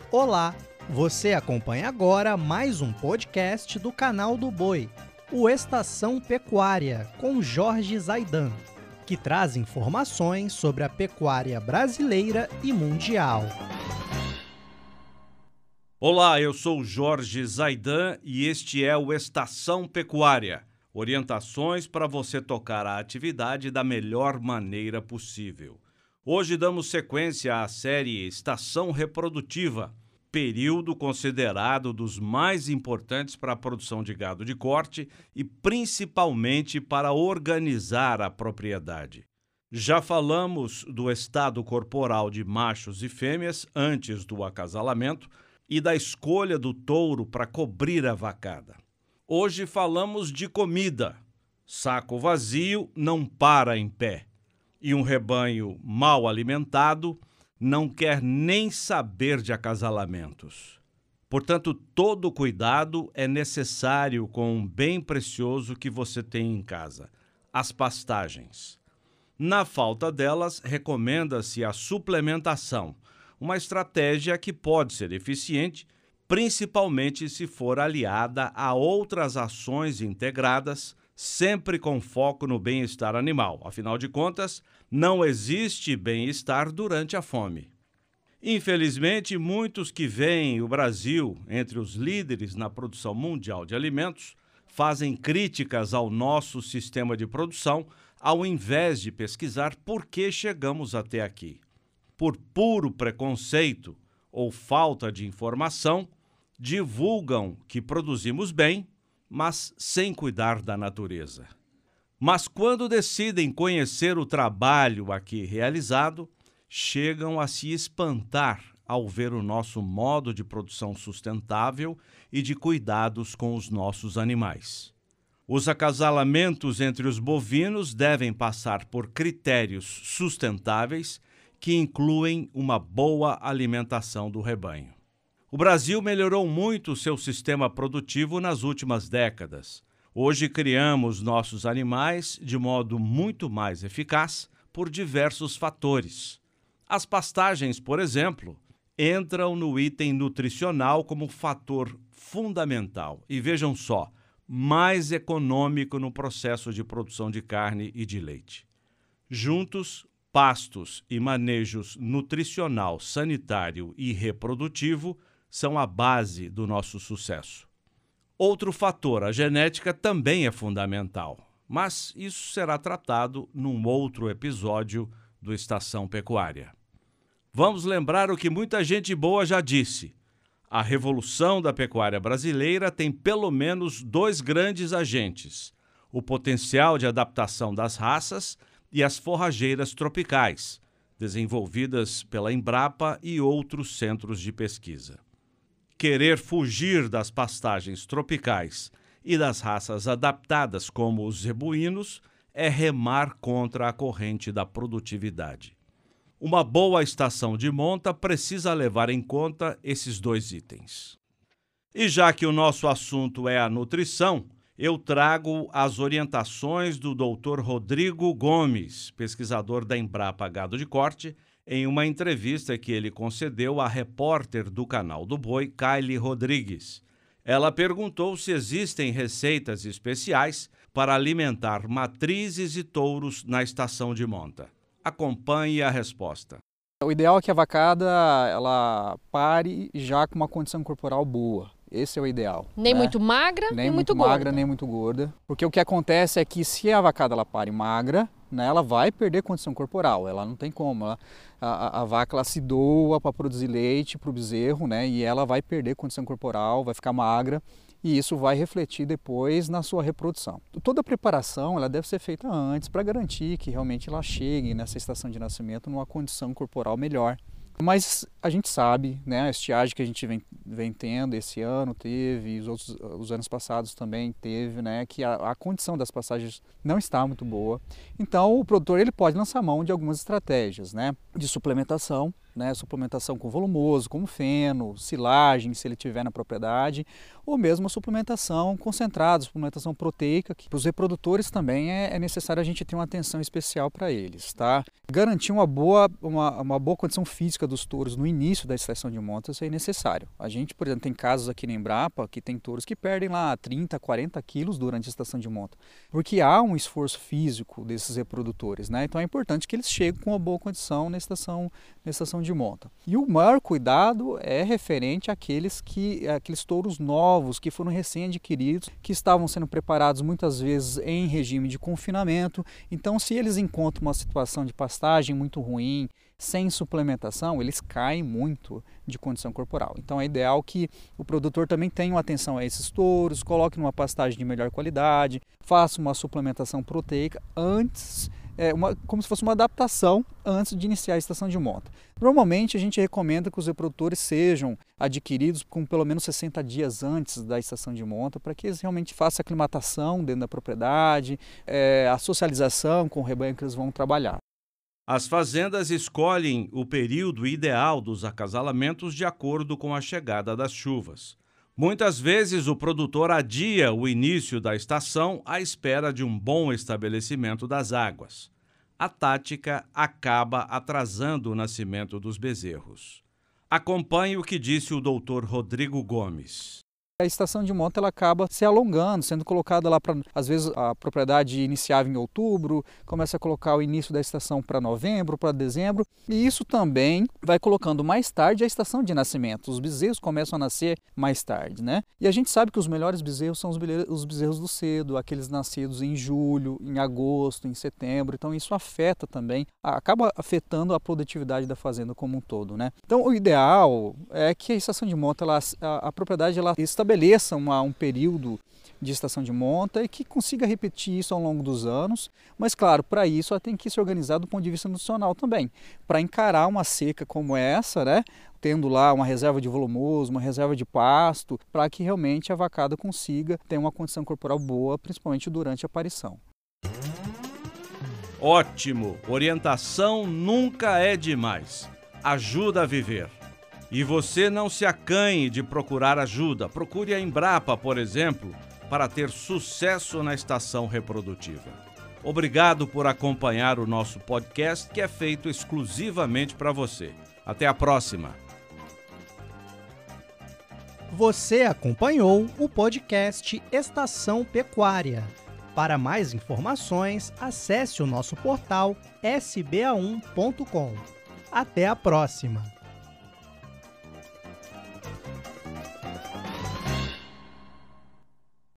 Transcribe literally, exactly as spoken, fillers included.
Olá, você acompanha agora mais um podcast do canal do Boi, o Estação Pecuária, com Jorge Zaidan, que traz informações sobre a pecuária brasileira e mundial. Olá, eu sou Jorge Zaidan e este é o Estação Pecuária. Orientações para você tocar a atividade da melhor maneira possível. Hoje damos sequência à série Estação Reprodutiva, período considerado dos mais importantes para a produção de gado de corte e principalmente para organizar a propriedade. Já falamos do estado corporal de machos e fêmeas antes do acasalamento e da escolha do touro para cobrir a vacada. Hoje falamos de comida. Saco vazio não para em pé. E um rebanho mal alimentado não quer nem saber de acasalamentos. Portanto, todo cuidado é necessário com um bem precioso que você tem em casa, as pastagens. Na falta delas, recomenda-se a suplementação, uma estratégia que pode ser eficiente, principalmente se for aliada a outras ações integradas, sempre com foco no bem-estar animal. Afinal de contas, não existe bem-estar durante a fome. Infelizmente, muitos que veem o Brasil entre os líderes na produção mundial de alimentos fazem críticas ao nosso sistema de produção, ao invés de pesquisar por que chegamos até aqui. Por puro preconceito ou falta de informação, divulgam que produzimos bem, mas sem cuidar da natureza. Mas quando decidem conhecer o trabalho aqui realizado, chegam a se espantar ao ver o nosso modo de produção sustentável e de cuidados com os nossos animais. Os acasalamentos entre os bovinos devem passar por critérios sustentáveis que incluem uma boa alimentação do rebanho. O Brasil melhorou muito o seu sistema produtivo nas últimas décadas. Hoje criamos nossos animais de modo muito mais eficaz por diversos fatores. As pastagens, por exemplo, entram no item nutricional como fator fundamental e, vejam só, mais econômico no processo de produção de carne e de leite. Juntos, pastos e manejos nutricional, sanitário e reprodutivo são a base do nosso sucesso. Outro fator, a genética, também é fundamental, mas isso será tratado num outro episódio do Estação Pecuária. Vamos lembrar o que muita gente boa já disse. A revolução da pecuária brasileira tem pelo menos dois grandes agentes: o potencial de adaptação das raças e as forrageiras tropicais, desenvolvidas pela Embrapa e outros centros de pesquisa. Querer fugir das pastagens tropicais e das raças adaptadas como os zebuínos é remar contra a corrente da produtividade. Uma boa estação de monta precisa levar em conta esses dois itens. E já que o nosso assunto é a nutrição, eu trago as orientações do doutor Rodrigo Gomes, pesquisador da Embrapa Gado de Corte, em uma entrevista que ele concedeu à repórter do canal do Boi, Kylie Rodrigues. Ela perguntou se existem receitas especiais para alimentar matrizes e touros na estação de monta. Acompanhe a resposta. O ideal é que a vacada ela pare já com uma condição corporal boa. Esse é o ideal. Nem né? muito magra, nem, nem muito muito magra, gorda. nem muito gorda. Porque o que acontece é que se a vacada ela pare magra, né, ela vai perder condição corporal. Ela não tem como. Ela, a, a vaca ela se doa para produzir leite para o bezerro, né, e ela vai perder condição corporal, vai ficar magra. E isso vai refletir depois na sua reprodução. Toda a preparação ela deve ser feita antes para garantir que realmente ela chegue nessa estação de nascimento numa condição corporal melhor. Mas a gente sabe, né, a estiagem que a gente vem, vem tendo esse ano teve, e os outros os anos passados também teve, né, que a, a condição das pastagens não está muito boa. Então o produtor ele pode lançar mão de algumas estratégias, né? de suplementação, né, suplementação com volumoso, como feno, silagem, se ele tiver na propriedade, ou mesmo a suplementação concentrada, suplementação proteica, que para os reprodutores também é, é necessário a gente ter uma atenção especial para eles, tá? Garantir uma boa, uma, uma boa condição física dos touros no início da estação de monta, isso é necessário. A gente, por exemplo, tem casos aqui na Embrapa que tem touros que perdem lá trinta, quarenta quilos durante a estação de monta, porque há um esforço físico desses reprodutores, né? Então é importante que eles cheguem com uma boa condição na estação, na estação de monta. E o maior cuidado é referente àqueles, que, àqueles touros novos que foram recém-adquiridos, que estavam sendo preparados muitas vezes em regime de confinamento. Então, se eles encontram uma situação de pastagem muito ruim, sem suplementação, eles caem muito de condição corporal. Então é ideal que o produtor também tenha uma atenção a esses touros, coloque numa pastagem de melhor qualidade, faça uma suplementação proteica antes, é, uma, como se fosse uma adaptação antes de iniciar a estação de monta. Normalmente a gente recomenda que os reprodutores sejam adquiridos com pelo menos sessenta dias antes da estação de monta, para que eles realmente façam a aclimatação dentro da propriedade, é, a socialização com o rebanho que eles vão trabalhar. As fazendas escolhem o período ideal dos acasalamentos de acordo com a chegada das chuvas. Muitas vezes o produtor adia o início da estação à espera de um bom estabelecimento das águas. A tática acaba atrasando o nascimento dos bezerros. Acompanhe o que disse o doutor Rodrigo Gomes. A estação de monta ela acaba se alongando, sendo colocada lá para, às vezes a propriedade iniciava em outubro, começa a colocar o início da estação para novembro, para dezembro, e isso também vai colocando mais tarde a estação de nascimento. Os bezerros começam a nascer mais tarde, né? E a gente sabe que os melhores bezerros são os bezerros do cedo, aqueles nascidos em julho, em agosto, em setembro. Então isso afeta também, acaba afetando a produtividade da fazenda como um todo, né? Então o ideal é que a estação de monta, ela, a, a propriedade ela estabeleça uma, um período de estação de monta e que consiga repetir isso ao longo dos anos, mas claro, para isso ela tem que se organizar do ponto de vista nutricional também, para encarar uma seca como essa, né, tendo lá uma reserva de volumoso, uma reserva de pasto, para que realmente a vacada consiga ter uma condição corporal boa, principalmente durante a parição. Ótimo! Orientação nunca é demais. Ajuda a viver. E você não se acanhe de procurar ajuda. Procure a Embrapa, por exemplo, para ter sucesso na estação reprodutiva. Obrigado por acompanhar o nosso podcast, que é feito exclusivamente para você. Até a próxima! Você acompanhou o podcast Estação Pecuária. Para mais informações, acesse o nosso portal s b a um ponto com. Até a próxima!